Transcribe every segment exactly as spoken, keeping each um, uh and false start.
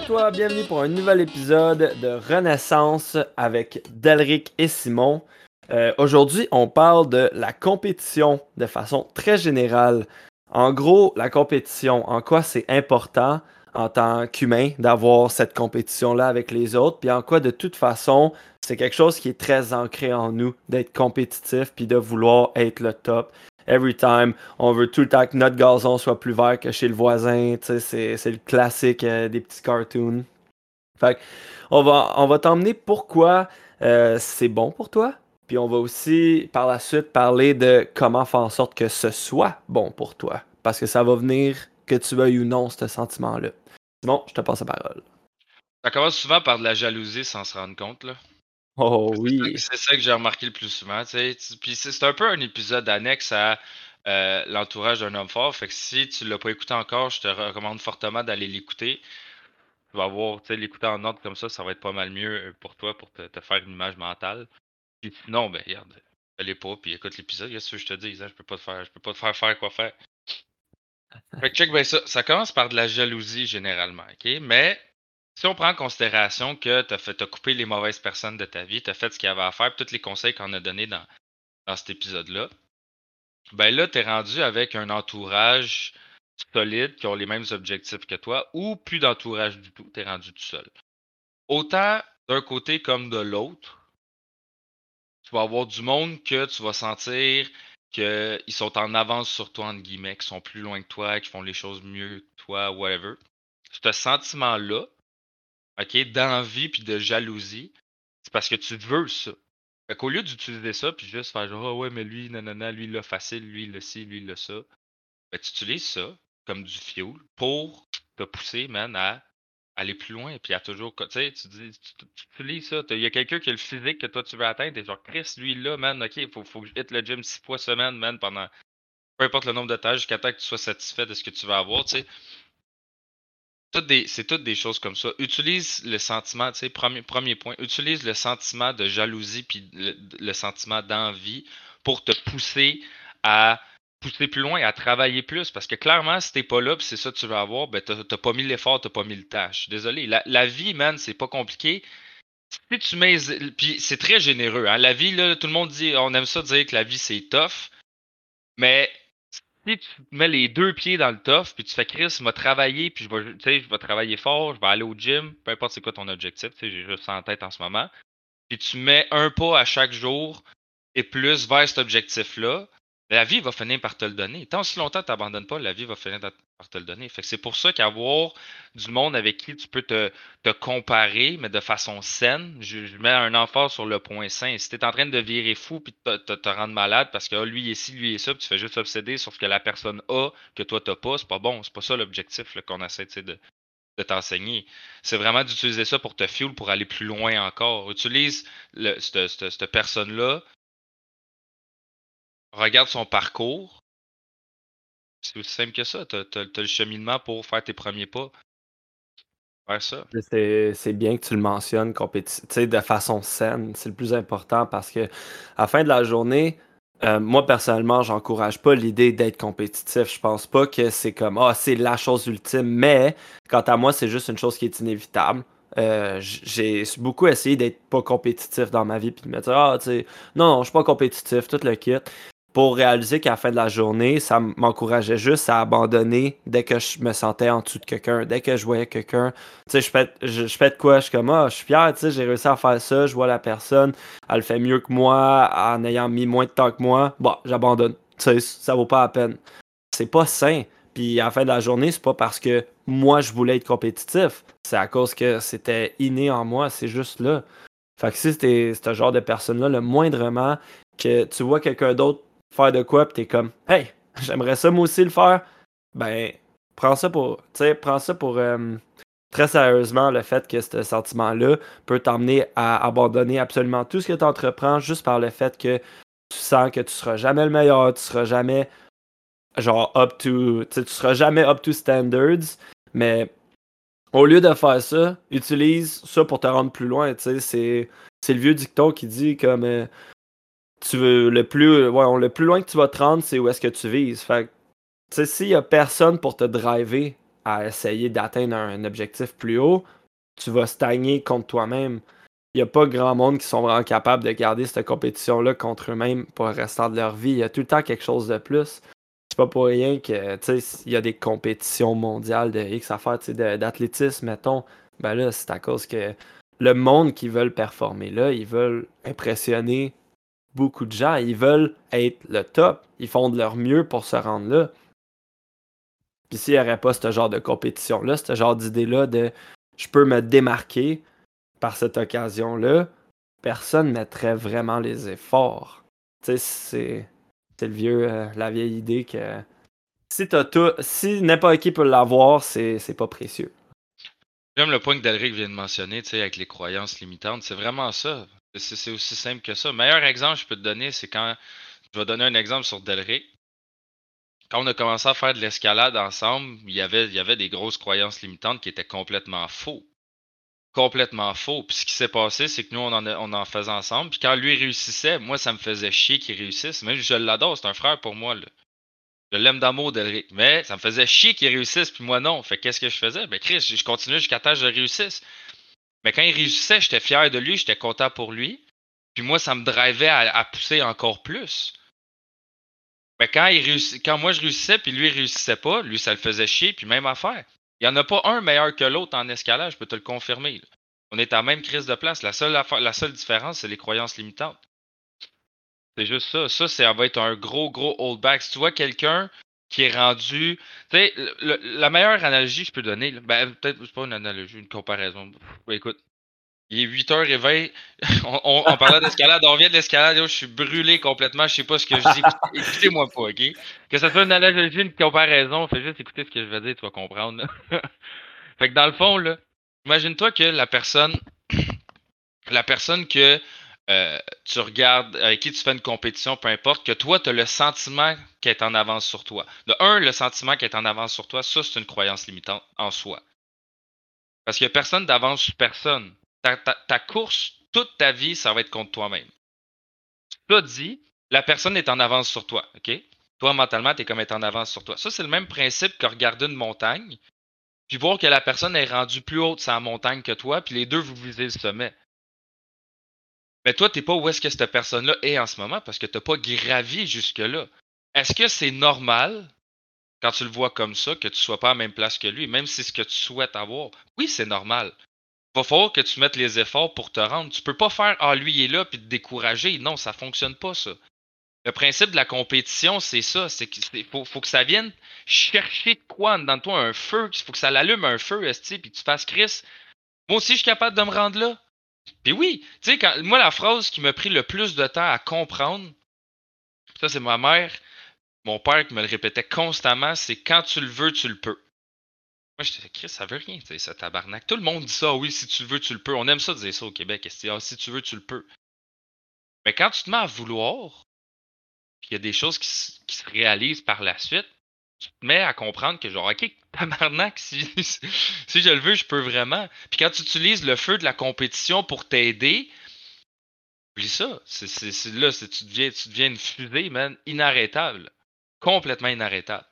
toi, bienvenue pour un nouvel épisode de Renaissance avec Delric et Simon. Euh, aujourd'hui, on parle de la compétition de façon très générale. En gros, la compétition, en quoi c'est important en tant qu'humain d'avoir cette compétition-là avec les autres, puis en quoi de toute façon, c'est quelque chose qui est très ancré en nous, d'être compétitif, puis de vouloir être le top. Every time, on veut tout le temps que notre gazon soit plus vert que chez le voisin, tu sais, c'est, c'est le classique euh, des petits cartoons. Fait que, on va, on va t'emmener pourquoi euh, c'est bon pour toi, puis on va aussi par la suite parler de comment faire en sorte que ce soit bon pour toi, parce que ça va venir que tu veuilles ou non ce sentiment-là. Bon, je te passe la parole. Ça commence souvent par de la jalousie sans se rendre compte, là. Oh C'est ça, oui. c'est ça que j'ai remarqué le plus souvent, tu sais. Tu- Puis c'est c'est un peu un épisode annexe à euh, l'entourage d'un homme fort. Fait que si tu l'as pas écouté encore, je te recommande fortement d'aller l'écouter. Tu vas voir, tu sais, l'écouter en ordre comme ça, ça va être pas mal mieux euh, pour toi, pour te, te faire une image mentale. Puis sinon, ben regarde, fais pas, puis écoute l'épisode, qu'est-ce que je te dis, hein, je peux pas te faire, je peux pas te faire faire quoi faire. Fait que check ben ça. Ça commence par de la jalousie généralement, ok? Mais si on prend en considération que tu as fait t'as coupé les mauvaises personnes de ta vie, tu as fait ce qu'il y avait à faire, puis tous les conseils qu'on a donnés dans, dans cet épisode-là, ben là, tu es rendu avec un entourage solide qui ont les mêmes objectifs que toi, ou plus d'entourage du tout, tu es rendu tout seul. Autant d'un côté comme de l'autre, tu vas avoir du monde que tu vas sentir qu'ils sont en avance sur toi, entre guillemets, qui sont plus loin que toi, qui font les choses mieux que toi, whatever. Ce sentiment-là, OK, d'envie puis de jalousie, c'est parce que tu veux ça. Fait qu'au lieu d'utiliser ça puis juste faire genre, ah ouais, mais lui, nanana, lui, il l'a facile, lui, il l'a ci, lui, il l'a ça, ben, tu utilises ça comme du fuel pour te pousser, man, à aller plus loin puis à toujours, tu sais, tu dis, tu, tu- tu utilises ça. Il y a quelqu'un qui a le physique que toi tu veux atteindre, et genre, Chris, lui, là, man, ok, il faut, faut que je hit le gym six fois semaine, man, pendant peu importe le nombre de tâches, jusqu'à temps que tu sois satisfait de ce que tu vas avoir, tu sais. Toutes des, c'est toutes des choses comme ça. Utilise le sentiment, tu sais, premier, premier point, utilise le sentiment de jalousie puis le, le sentiment d'envie pour te pousser à pousser plus loin, à travailler plus. Parce que clairement, si t'es pas là, puis c'est ça que tu veux avoir, ben t'as, t'as pas mis l'effort, t'as pas mis le tâche. Désolé. La, la vie, man, c'est pas compliqué. Si tu mets. Puis c'est très généreux, hein. La vie, là, tout le monde dit, on aime ça dire que la vie c'est tough. Mais si tu te mets les deux pieds dans le tough, puis tu fais Chris, je vais travailler, puis je vais, tu sais, je vais travailler fort, je vais aller au gym, peu importe c'est quoi ton objectif, tu sais, j'ai juste ça en tête en ce moment. Puis tu mets un pas à chaque jour et plus vers cet objectif-là, la vie va finir par te le donner. Tant aussi longtemps que tu n'abandonnes pas, la vie va finir par te le donner. Fait que c'est pour ça qu'avoir du monde avec qui tu peux te, te comparer, mais de façon saine, je, je mets un emphase sur le point sain. Si tu es en train de virer fou puis de te, te, te rendre malade parce que ah, lui est ci, lui est ça, puis tu fais juste obséder sur ce que la personne a que toi t'as pas, c'est pas bon. C'est pas ça l'objectif là, qu'on essaie de, de t'enseigner. C'est vraiment d'utiliser ça pour te fuel, pour aller plus loin encore. Utilise le, cette, cette, cette personne-là, regarde son parcours. C'est aussi simple que ça. Tu as, le cheminement pour faire tes premiers pas. Faire ça. C'est, c'est bien que tu le mentionnes, compéti- tu sais, de façon saine. C'est le plus important parce que à la fin de la journée, euh, moi personnellement, j'encourage pas l'idée d'être compétitif. Je pense pas que c'est comme ah, c'est la chose ultime, mais quant à moi, c'est juste une chose qui est inévitable. Euh, j- j'ai beaucoup essayé d'être pas compétitif dans ma vie puis de me dire ah, tu sais, non, non, je suis pas compétitif, tout le kit. Pour réaliser qu'à la fin de la journée, ça m'encourageait juste à abandonner dès que je me sentais en dessous de quelqu'un, dès que je voyais quelqu'un. Tu sais, je fais, je, je fais de quoi? Je suis comme, ah, je suis fier, tu sais, j'ai réussi à faire ça. Je vois la personne, elle le fait mieux que moi, en ayant mis moins de temps que moi. Bon, j'abandonne. Tu sais, ça vaut pas la peine. C'est pas sain. Puis à la fin de la journée, c'est pas parce que moi, je voulais être compétitif. C'est à cause que c'était inné en moi. C'est juste là. Fait que si t'es ce genre de personne-là, le moindrement que tu vois quelqu'un d'autre faire de quoi, pis t'es comme, hey, j'aimerais ça moi aussi le faire, ben, prends ça pour, tu sais, prends ça pour, euh, très sérieusement, le fait que ce sentiment-là peut t'emmener à abandonner absolument tout ce que tu entreprends juste par le fait que tu sens que tu seras jamais le meilleur, tu seras jamais, genre, up to, tu sais, tu seras jamais up to standards, mais au lieu de faire ça, utilise ça pour te rendre plus loin, tu sais, c'est, c'est le vieux dicton qui dit comme, euh, tu veux le plus, ouais, on- le plus loin que tu vas te rendre, c'est où est-ce que tu vises. Fait que, tu sais, s'il y a personne pour te driver à essayer d'atteindre un objectif plus haut, tu vas stagner contre toi-même. Il n'y a pas grand monde qui sont vraiment capables de garder cette compétition-là contre eux-mêmes pour le restant de leur vie. Il y a tout le temps quelque chose de plus. C'est pas pour rien que, tu sais, il y a des compétitions mondiales de X affaires, tu sais, de- d'athlétisme, mettons. Ben là, c'est à cause que le monde qui veulent performer là, ils veulent impressionner beaucoup de gens. Ils veulent être le top. Ils font de leur mieux pour se rendre là. Puis s'il n'y aurait pas ce genre de compétition-là, ce genre d'idée-là de je peux me démarquer par cette occasion-là, personne ne mettrait vraiment les efforts. Tu sais, c'est, c'est le vieux, euh, la vieille idée que si t'as tout, si n'importe qui peut l'avoir, c'est, c'est pas précieux. J'aime le point que Delric vient de mentionner, tu sais, avec les croyances limitantes. C'est vraiment ça. C'est c'est aussi simple que ça. Meilleur exemple que je peux te donner, c'est quand. Je vais donner un exemple sur Delric. Quand on a commencé à faire de l'escalade ensemble, il y avait, il y avait des grosses croyances limitantes qui étaient complètement faux. Complètement faux. Puis ce qui s'est passé, c'est que nous, on en, a- on en faisait ensemble. Puis quand lui réussissait, moi, ça me faisait chier qu'il réussisse. Même je l'adore, c'est un frère pour moi, là. Je l'aime d'amour, Delric. Mais ça me faisait chier qu'il réussisse, puis moi non. Fait qu'est-ce que je faisais? Ben Chris, je je continuais jusqu'à temps que je réussisse. Mais quand il réussissait, j'étais fier de lui, j'étais content pour lui. Puis moi, ça me drivait à, à pousser encore plus. Mais quand, il réussi- quand moi je réussissais, puis lui il réussissait pas, lui ça le faisait chier, puis même affaire. Il n'y en a pas un meilleur que l'autre en escalade, je peux te le confirmer, là. On est à la même crise de place. La seule, affaire- la seule différence, c'est les croyances limitantes. C'est juste ça. Ça, ça va être un gros, gros holdback. Si tu vois quelqu'un qui est rendu. Tu sais, le- le- la meilleure analogie que je peux donner, là, ben, peut-être, c'est pas une analogie, une comparaison. Ben, écoute, il est huit heures vingt. On, on, on parlait d'escalade. On vient de l'escalade. Yo, je suis brûlé complètement. Je sais pas ce que je dis. Écoutez- Écoutez-moi pas, OK? Que ce soit une analogie, une comparaison, fais juste écouter ce que je veux dire, tu vas comprendre, là. Fait que dans le fond, là, imagine-toi que la personne, la personne que euh, tu regardes, avec qui tu fais une compétition, peu importe, que toi, tu as le sentiment qu'elle est en avance sur toi. De un, le sentiment qu'elle est en avance sur toi, ça, c'est une croyance limitante en soi. Parce qu'il n'y a personne d'avance sur personne. Ta, ta- ta course, toute ta vie, ça va être contre toi-même. Ça dit, la personne est en avance sur toi, OK? Toi, mentalement, tu es comme être en avance sur toi. Ça, c'est le même principe que regarder une montagne, puis voir que la personne est rendue plus haute sur la montagne que toi, puis les deux, vous visez le sommet. Mais toi, tu n'es pas où est-ce que cette personne-là est en ce moment parce que tu n'as pas gravi jusque-là. Est-ce que c'est normal, quand tu le vois comme ça, que tu ne sois pas à la même place que lui, même si c'est ce que tu souhaites avoir? Oui, c'est normal. Va falloir que tu mettes les efforts pour te rendre. Tu peux pas faire ah lui il est là puis te décourager. Non, ça fonctionne pas ça. Le principe de la compétition, c'est ça, c'est qu'il faut, faut que ça vienne chercher de quoi dans toi un feu, il faut que ça l'allume un feu, esti, puis que tu fasses Chris. Moi aussi je suis capable de me rendre là. Puis oui, tu sais quand moi la phrase qui m'a pris le plus de temps à comprendre, ça c'est ma mère, mon père qui me le répétait constamment, c'est quand tu le veux, tu le peux. Moi, j'étais, Chris, ça veut rien, tu sais, ça tabarnak. Tout le monde dit ça, oui, si tu le veux, tu le peux. On aime ça dire ça au Québec. esti, ah, si tu veux, tu le peux. Mais quand tu te mets à vouloir, puis il y a des choses qui, s- qui se réalisent par la suite, tu te mets à comprendre que, genre, OK, tabarnak, si, si je le veux, je peux vraiment. Puis quand tu utilises le feu de la compétition pour t'aider, oublie ça. C'est, c'est, c'est là, c'est, tu, deviens, tu deviens une fusée, man, inarrêtable. Complètement inarrêtable.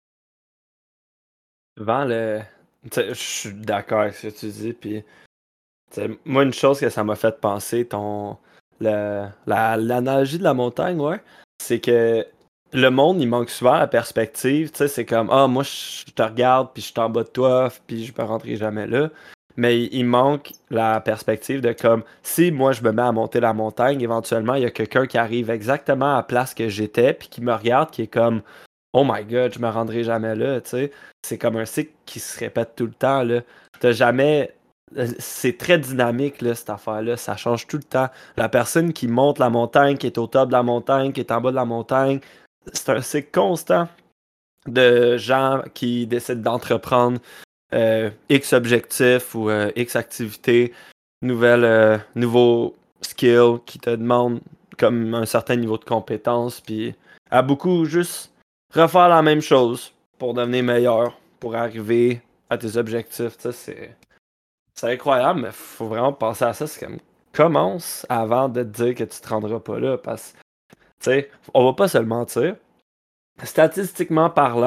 Souvent, le... tu sais, je suis d'accord avec ce que tu dis, puis tu sais, moi, une chose que ça m'a fait penser, ton le... la... l'analogie de la montagne, ouais, c'est que le monde, il manque souvent la perspective. Tu sais, c'est comme, ah, moi, je te regarde, puis je suis en bas de toi, puis je me rentrerai jamais là. Mais il il manque la perspective de comme, si moi, je me mets à monter la montagne, éventuellement, il y a quelqu'un qui arrive exactement à la place que j'étais, puis qui me regarde, qui est comme, oh my god, je me rendrai jamais là, tu sais. C'est comme un cycle qui se répète tout le temps, là. T'as jamais euh, c'est très dynamique, là, cette affaire-là. Ça change tout le temps. La personne qui monte la montagne, qui est au top de la montagne, qui est en bas de la montagne, c'est un cycle constant de gens qui décident d'entreprendre euh, X objectifs ou euh, X activités, nouvelles, euh, nouveaux skills qui te demandent comme un certain niveau de compétence, puis à beaucoup juste refaire la même chose pour devenir meilleur, pour arriver à tes objectifs. Tu sais, c'est c'est incroyable, mais faut vraiment penser à ça. C'est comme, commence avant de te dire que tu te rendras pas là. Parce que, tu sais, on va pas se le mentir. Statistiquement parlant,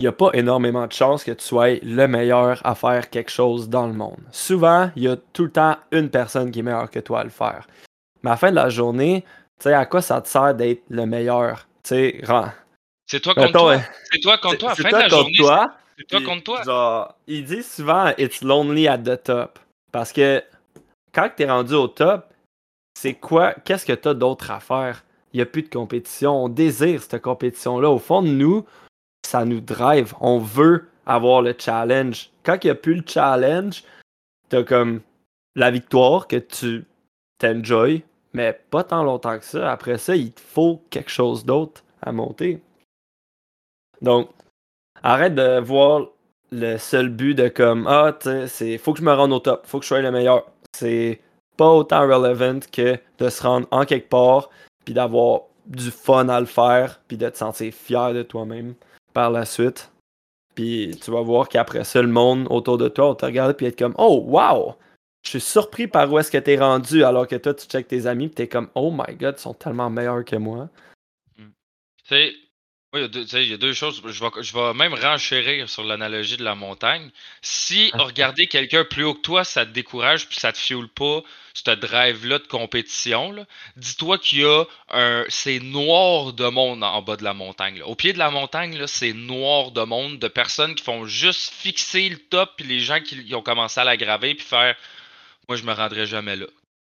il n'y a pas énormément de chances que tu sois le meilleur à faire quelque chose dans le monde. Souvent, il y a tout le temps une personne qui est meilleure que toi à le faire. Mais à la fin de la journée, tu sais, à quoi ça te sert d'être le meilleur? Tu sais, rend- C'est toi contre mettons, euh, toi. C'est toi contre c'est toi. À la c'est fin de toi la contre journée, c'est toi. c'est toi Puis, contre toi. genre, il dit souvent, it's lonely at the top. Parce que quand tu es rendu au top, c'est quoi, qu'est-ce que tu as d'autre à faire? Il n'y a plus de compétition. On désire cette compétition-là. Au fond de nous, ça nous drive. On veut avoir le challenge. Quand il n'y a plus le challenge, t'as comme la victoire que tu t'enjoy, mais pas tant longtemps que ça. Après ça, il te faut quelque chose d'autre à monter. Donc, arrête de voir le seul but de comme ah, tu sais, c'est faut que je me rende au top, faut que je sois le meilleur. C'est pas autant relevant que de se rendre en quelque part puis d'avoir du fun à le faire puis de te sentir fier de toi-même par la suite. Puis tu vas voir qu'après ça, le monde autour de toi va te regarder puis être comme oh wow! Je suis surpris par où est-ce que t'es rendu alors que toi tu checkes tes amis puis t'es comme oh my god, ils sont tellement meilleurs que moi. Mm. Tu sais, moi, il y a deux, tu sais, il y a deux choses. Je vais, je vais même renchérir sur l'analogie de la montagne. Si regarder quelqu'un plus haut que toi, ça te décourage puis ça te fuel pas, ce drive-là de compétition, là, dis-toi qu'il y a un. C'est noir de monde en bas de la montagne, là. Au pied de la montagne, là, c'est noir de monde, de personnes qui font juste fixer le top, puis les gens qui, qui ont commencé à la graver, puis faire moi, je me rendrai jamais là.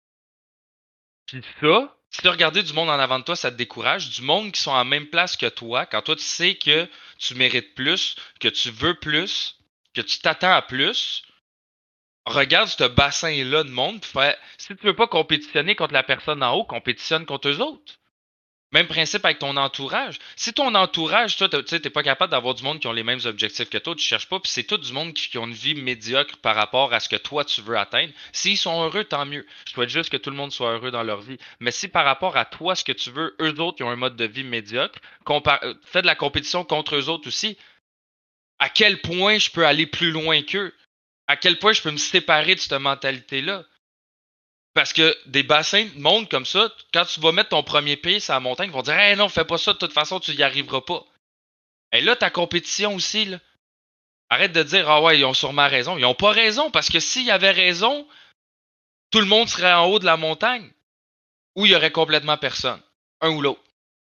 Puis ça, si tu regarder du monde en avant de toi, ça te décourage. Du monde qui sont à la même place que toi, quand toi tu sais que tu mérites plus, que tu veux plus, que tu t'attends à plus, regarde ce bassin-là de monde, puis fais, si tu veux pas compétitionner contre la personne en haut, compétitionne contre eux autres. Même principe avec ton entourage. Si ton entourage, toi, tu n'es pas capable d'avoir du monde qui ont les mêmes objectifs que toi, tu cherches pas, puis c'est tout du monde qui, qui ont une vie médiocre par rapport à ce que toi tu veux atteindre. S'ils sont heureux, tant mieux. Je souhaite juste que tout le monde soit heureux dans leur vie. Mais si par rapport à toi, ce que tu veux, eux autres, ils ont un mode de vie médiocre, compar- fais de la compétition contre eux autres aussi. À quel point je peux aller plus loin qu'eux? À quel point je peux me séparer de cette mentalité-là? Parce que des bassins de monde comme ça, quand tu vas mettre ton premier pied sur la montagne, ils vont dire hey non, fais pas ça, de toute façon, tu y arriveras pas. Et là, ta compétition aussi, là. Arrête de dire ah ouais, ils ont sûrement raison. Ils ont pas raison, parce que s'ils avaient raison, tout le monde serait en haut de la montagne. Ou il y aurait complètement personne. Un ou l'autre.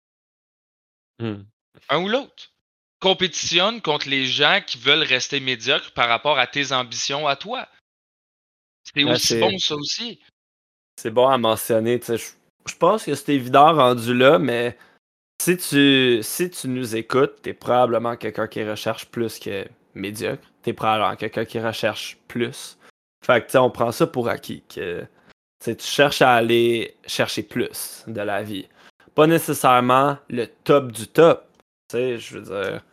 Hmm. Un ou l'autre. Compétitionne contre les gens qui veulent rester médiocres par rapport à tes ambitions à toi. C'est Là, aussi c'est bon ça aussi. c'est bon à mentionner. Tu sais, je je pense que c'est évident rendu là, mais si tu, si tu nous écoutes, t'es probablement quelqu'un qui recherche plus que médiocre. T'es probablement quelqu'un qui recherche plus. Fait que, tu sais, on prend ça pour acquis. Que, tu sais, tu cherches à aller chercher plus de la vie. Pas nécessairement le top du top. Tu sais, je veux dire,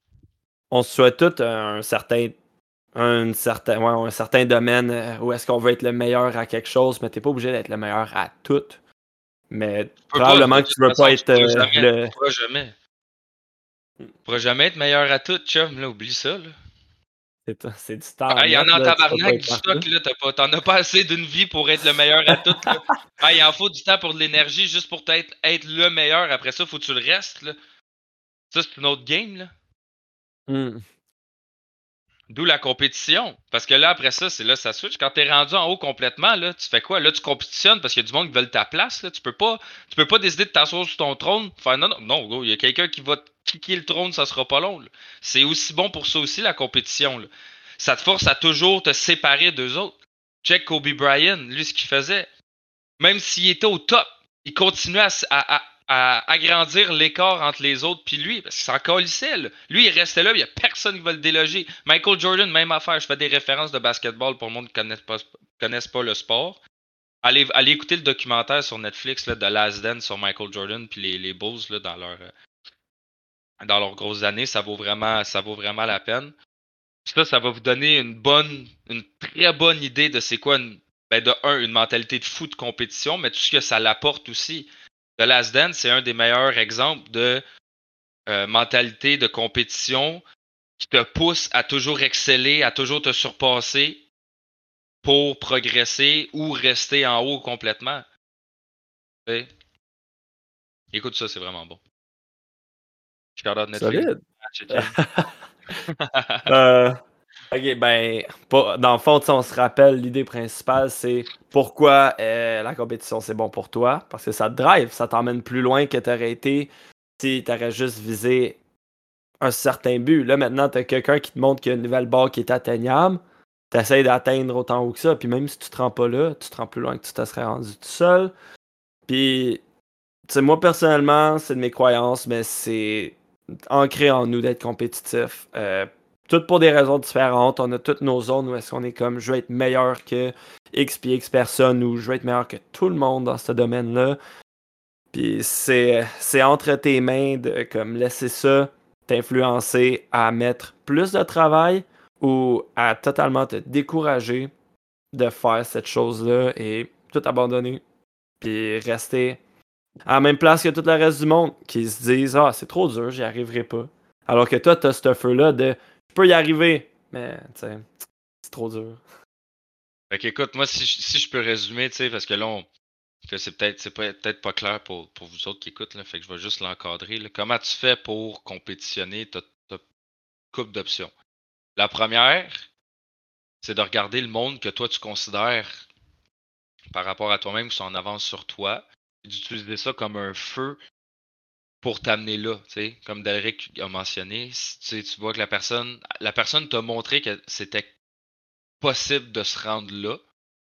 on se souhaite tout un certain, un certain, ouais, un certain domaine euh, où est-ce qu'on veut être le meilleur à quelque chose, mais t'es pas obligé d'être le meilleur à tout. Mais Tu peux pas, de probablement que toute tu veux pas façon, tu être pourras euh, jamais. le. Tu pourras jamais. Tu pourras jamais être meilleur à tout, chum. Là, oublie ça, là. C'est c'est du temps à Ah, il y en mettre, a en là. Tu peux pas tabarnak être du stock, partout. là. T'as pas, t'en as pas assez d'une vie pour être le meilleur à tout, là. Ah, il en faut du temps pour de l'énergie juste pour être, être le meilleur. Après ça, faut que tu le restes, là. Ça, c'est une autre game, là. Hmm. D'où la compétition. Parce que là, après ça, c'est là, ça switch. Quand t'es rendu en haut complètement, là, tu fais quoi? Là, tu compétitionnes parce qu'il y a du monde qui veut ta place, là. Tu peux pas, tu peux pas décider de t'asseoir sur ton trône. Faire non, non, non, gros, il y a quelqu'un qui va te kicker le trône, ça sera pas long, là. C'est aussi bon pour ça aussi, la compétition, là. Ça te force à toujours te séparer d'eux autres. Check Kobe Bryant, lui, ce qu'il faisait. Même s'il était au top, il continuait à, à, à, à agrandir l'écart entre les autres puis lui, parce qu'il s'en calissait. Là. Lui, il restait là, il n'y a personne qui va le déloger. Michael Jordan, même affaire. Je fais des références de basketball pour le monde qui ne connaisse pas, connaisse pas le sport. Allez, allez écouter le documentaire sur Netflix là, de Last Dance sur Michael Jordan puis les, les Bulls là, dans, leur, dans leurs grosses années. Ça vaut vraiment, ça vaut vraiment la peine. Ça, ça va vous donner une bonne, une très bonne idée de c'est quoi une, ben de un, une mentalité de fou de compétition, mais tout ce que ça l'apporte aussi. The Last Dance, c'est un des meilleurs exemples de euh, mentalité de compétition qui te pousse à toujours exceller, à toujours te surpasser pour progresser ou rester en haut complètement. T'sais. Écoute ça, c'est vraiment bon. Shout out Netflix. Solide. Check-in. Euh, ok, ben, pas- dans le fond, tu sais, on se rappelle, l'idée principale, c'est pourquoi euh, la compétition, c'est bon pour toi. Parce que ça te drive, ça t'emmène plus loin que t'aurais été si t'aurais juste visé un certain but. Là, maintenant, t'as quelqu'un qui te montre qu'il y a une nouvelle barre qui est atteignable. T'essayes d'atteindre autant haut que ça. Puis même si tu te rends pas là, tu te rends plus loin que tu te serais rendu tout seul. Puis, tu sais, moi, personnellement, c'est de mes croyances, mais c'est ancré en nous d'être compétitif. Euh, toutes pour des raisons différentes. On a toutes nos zones où est-ce qu'on est comme je veux être meilleur que X puis X personnes ou je veux être meilleur que tout le monde dans ce domaine-là. Puis c'est c'est entre tes mains de comme laisser ça t'influencer à mettre plus de travail ou à totalement te décourager de faire cette chose-là et tout abandonner. Puis rester à la même place que tout le reste du monde qui se disent ah, c'est trop dur, j'y arriverai pas. Alors que toi, t'as ce feu-là de je peux y arriver, mais tu sais, c'est trop dur. Fait qu'écoute, moi, si, je- si je peux résumer, tu sais, parce que là, on- que c'est peut-être c'est pas- peut-être pas clair pour, pour vous autres qui écoutent, là, fait que je vais juste l'encadrer. Là. Comment tu fais pour compétitionner? T'as, t'as couple d'options. La première, c'est de regarder le monde que toi tu considères par rapport à toi-même qui sont en avance sur toi, et d'utiliser ça comme un feu pour t'amener là, tu sais. Comme Derek a mentionné, si tu sais, tu vois que la personne, la personne t'a montré que c'était possible de se rendre là.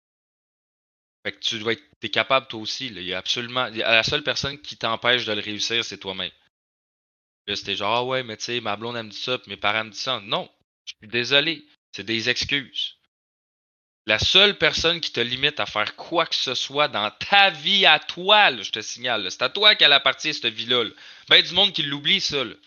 Fait que tu dois être, t'es capable toi aussi. Là. Il y a absolument, il y a- la seule personne qui t'empêche de le réussir, c'est toi-même. Là, c'était genre, ah ouais, mais tu sais, ma blonde elle me dit ça, puis mes parents me disent ça. Non, je suis désolé. C'est des excuses. La seule personne qui te limite à faire quoi que ce soit dans ta vie à toi, là, je te signale, là, c'est à toi qu'elle appartient cette vie-là. Là. Ben du monde qui l'oublie, ça. Là.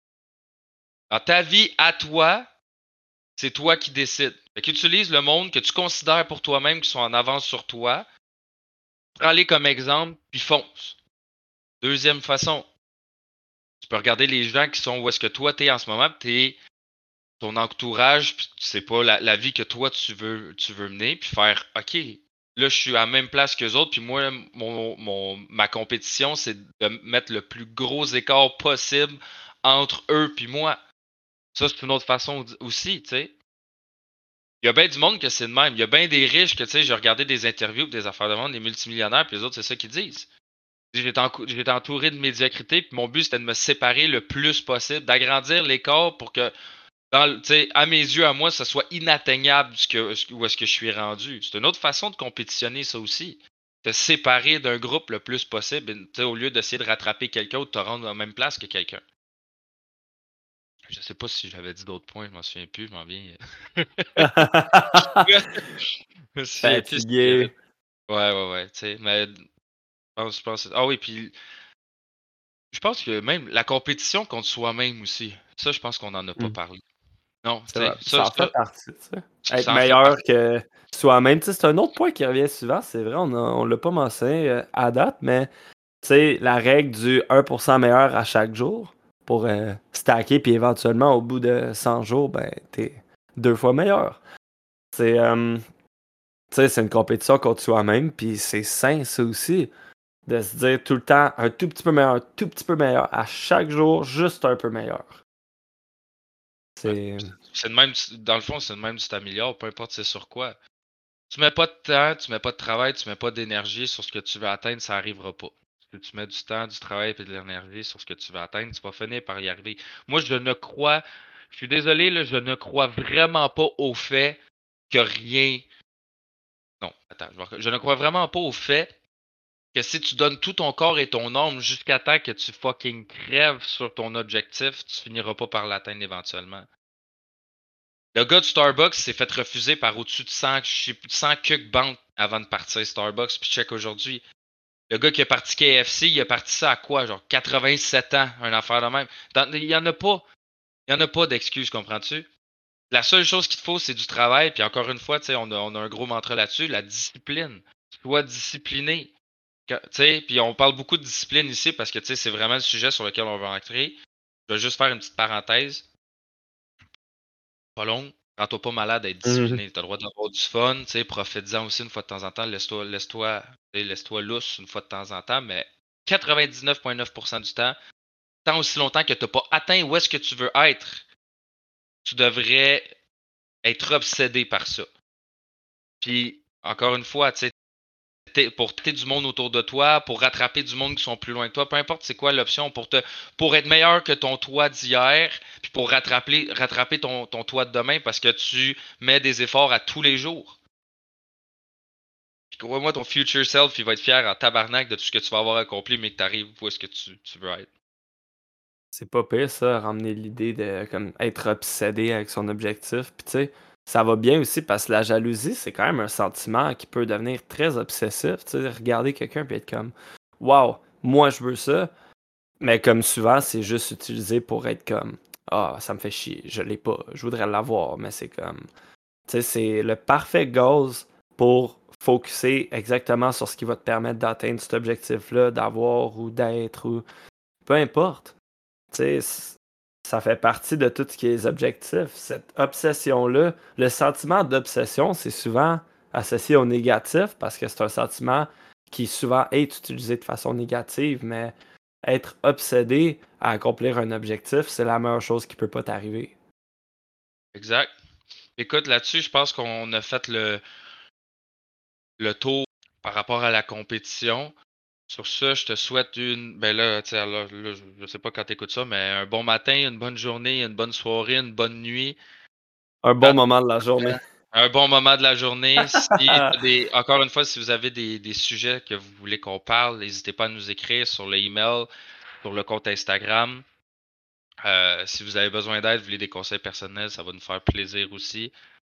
Dans ta vie à toi, c'est toi qui décides. Fait qu'utilise le monde que tu considères pour toi-même qui sont en avance sur toi. Prends-les comme exemple, puis fonce. Deuxième façon, tu peux regarder les gens qui sont où est-ce que toi t'es en ce moment, puis t'es ton entourage, puis c'est pas la, la vie que toi tu veux, tu veux mener, puis faire OK, là je suis à la même place que les autres, puis moi, mon, mon, ma compétition, c'est de mettre le plus gros écart possible entre eux puis moi. Ça, c'est une autre façon aussi, tu sais. Il y a bien du monde que c'est de même. Il y a bien des riches que, tu sais, j'ai regardé des interviews des affaires de monde, des multimillionnaires, puis les autres, c'est ça qu'ils disent. J'étais entouré de médiocrité, puis mon but, c'était de me séparer le plus possible, d'agrandir l'écart pour que dans, à mes yeux, à moi, ça soit inatteignable ce que, où est-ce que je suis rendu. C'est une autre façon de compétitionner, ça aussi. De séparer d'un groupe le plus possible, au lieu d'essayer de rattraper quelqu'un ou de te rendre à la même place que quelqu'un. Je sais pas si j'avais dit d'autres points, je m'en souviens plus, je m'en viens. Je me souviens plus ce qu'il y avait. Fatigué. Ouais, ouais, ouais, tu sais, mais je pense, je pense- Ah oui, puis je pense que même la compétition contre soi-même aussi, ça, je pense qu'on en a pas Hmm. parlé. Non, C'est tu sais, vrai. ça, Ça en fait ça, partie, tu sais. Être ça en fait meilleur partie. que soi-même. Tu sais, c'est un autre point qui revient souvent. C'est vrai, on a- on l'a pas mentionné euh, à date, mais tu sais, la règle du un pour cent meilleur à chaque jour pour euh, stacker, puis éventuellement, au bout de cent jours, ben, t'es deux fois meilleur. C'est euh, tu sais, c'est une compétition contre soi-même, puis c'est sain, ça aussi, de se dire tout le temps un tout petit peu meilleur, un tout petit peu meilleur, à chaque jour, juste un peu meilleur. Ouais. C'est. C'est de même, dans le fond, c'est de même que tu t'améliores, peu importe c'est sur quoi. Tu mets pas de temps, tu mets pas de travail, tu mets pas d'énergie sur ce que tu veux atteindre, ça arrivera pas. Si tu mets du temps, du travail et de l'énergie sur ce que tu veux atteindre, tu vas finir par y arriver. Moi, je ne crois, je suis désolé, là, je ne crois vraiment pas au fait que rien. Non, attends, je, vais- je ne crois vraiment pas au fait que si tu donnes tout ton corps et ton âme jusqu'à temps que tu fucking crèves sur ton objectif, tu finiras pas par l'atteindre éventuellement. Le gars de Starbucks s'est fait refuser par au-dessus de cent, je sais plus, cent cuques banques avant de partir Starbucks. Puis check aujourd'hui. Le gars qui est parti K F C, il a parti ça à quoi? Genre quatre-vingt-sept ans, une affaire de même. Dans- Il y en a pas. Il y en a pas d'excuses, comprends-tu? La seule chose qu'il te faut, c'est du travail. Puis encore une fois, tu sais, on a, on a un gros mantra là-dessus, la discipline. Sois discipliné. Que- Tu sais, puis on parle beaucoup de discipline ici parce que tu sais, c'est vraiment le sujet sur lequel on va entrer. Je vais juste faire une petite parenthèse. Pas long. Rends-toi pas malade d'être Mhm. discipliné. T'as le droit d'avoir du fun, tu sais, profite-en aussi une fois de temps en temps. Laisse-toi, laisse-toi, tu sais, laisse-toi lousse une fois de temps en temps, mais quatre-vingt-dix-neuf virgule neuf pour cent du temps, tant aussi longtemps que t'as pas atteint où est-ce que tu veux être, tu devrais être obsédé par ça. Puis, encore une fois, tu sais, t'es- pour traiter du monde autour de toi, pour rattraper du monde qui sont plus loin que toi, peu importe c'est quoi l'option, pour te pour être meilleur que ton toi d'hier, puis pour rattraper, rattraper ton, ton toi de demain parce que tu mets des efforts à tous les jours. Puis crois-moi, ton future self, il va être fier en tabarnak de tout ce que tu vas avoir accompli, mais que tu arrives où est-ce que tu, tu veux être. C'est pas pire ça, ramener l'idée de comme être obsédé avec son objectif. Puis tu sais, ça va bien aussi parce que la jalousie, c'est quand même un sentiment qui peut devenir très obsessif. Tu sais, regarder quelqu'un puis être comme waouh, moi je veux ça. Mais comme souvent, c'est juste utilisé pour être comme ah, ça me fait chier, je l'ai pas, je voudrais l'avoir, mais c'est comme tu sais, c'est le parfait gauze pour focuser exactement sur ce qui va te permettre d'atteindre cet objectif-là, d'avoir ou d'être ou peu importe. Tu sais, c- ça fait partie de tout ce qui est objectif. Cette obsession-là, le sentiment d'obsession, c'est souvent associé au négatif parce que c'est un sentiment qui souvent est utilisé de façon négative, mais être obsédé à accomplir un objectif, c'est la meilleure chose qui peut pas t'arriver. Exact. Écoute, là-dessus, je pense qu'on a fait le, le tour par rapport à la compétition. Sur ça, je te souhaite une. Ben là, tu sais, là, là, je, je sais pas quand t'écoutes ça, mais un bon matin, une bonne journée, une bonne soirée, une bonne nuit. Un bon Quand- moment de la journée. Un bon moment de la journée. Si t'as des, encore une fois, si vous avez des, des sujets que vous voulez qu'on parle, n'hésitez pas à nous écrire sur le email, sur le compte Instagram. Euh, si vous avez besoin d'aide, vous voulez des conseils personnels, ça va nous faire plaisir aussi.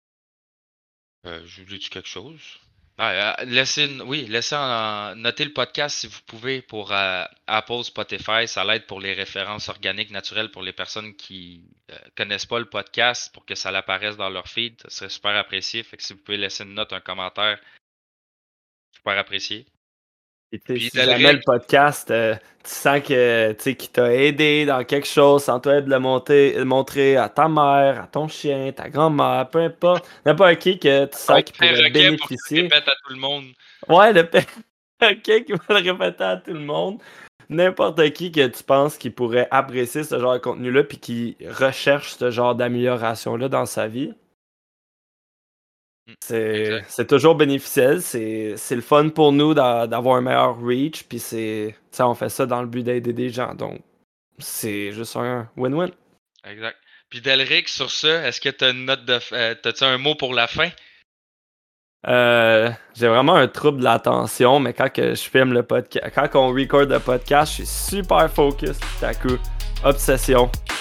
Euh, je voulais dire quelque chose. Ah, euh, laissez, une- oui, laissez en, noter le podcast si vous pouvez pour euh, Apple, Spotify. Ça l'aide pour les références organiques naturelles pour les personnes qui euh, connaissent pas le podcast pour que ça l'apparaisse dans leur feed. Ça serait super apprécié. Fait que si vous pouvez laisser une note, un commentaire, super apprécié. Et tu sais, Puis si jamais Delric, le podcast, euh, tu sens que tu sais, qu'il t'a aidé dans quelque chose, sens-toi de le monter, le montrer à ta mère, à ton chien, ta grand-mère, peu importe, n'importe qui que tu un sens qui pourrait perroquet pour que tu bénéficier. répètes à tout le monde. Ouais, le perroquet qui va le répéter à tout le monde. N'importe qui que tu penses qui pourrait apprécier ce genre de contenu-là puis qui recherche ce genre d'amélioration-là dans sa vie. Mm, C'est exact. c'est toujours bénéficiel, c'est c'est le fun pour nous d'a- d'avoir un meilleur reach, puis c'est, tu sais, on fait ça dans le but d'aider des gens, donc c'est juste un win-win. Exact. Puis Delric, sur ça, est-ce que tu as une note de. f- euh, t'as-tu un mot pour la fin? Euh, j'ai vraiment un trouble de l'attention, mais quand que je filme le podcast, quand on record le podcast, je suis super focus, tout à coup, obsession,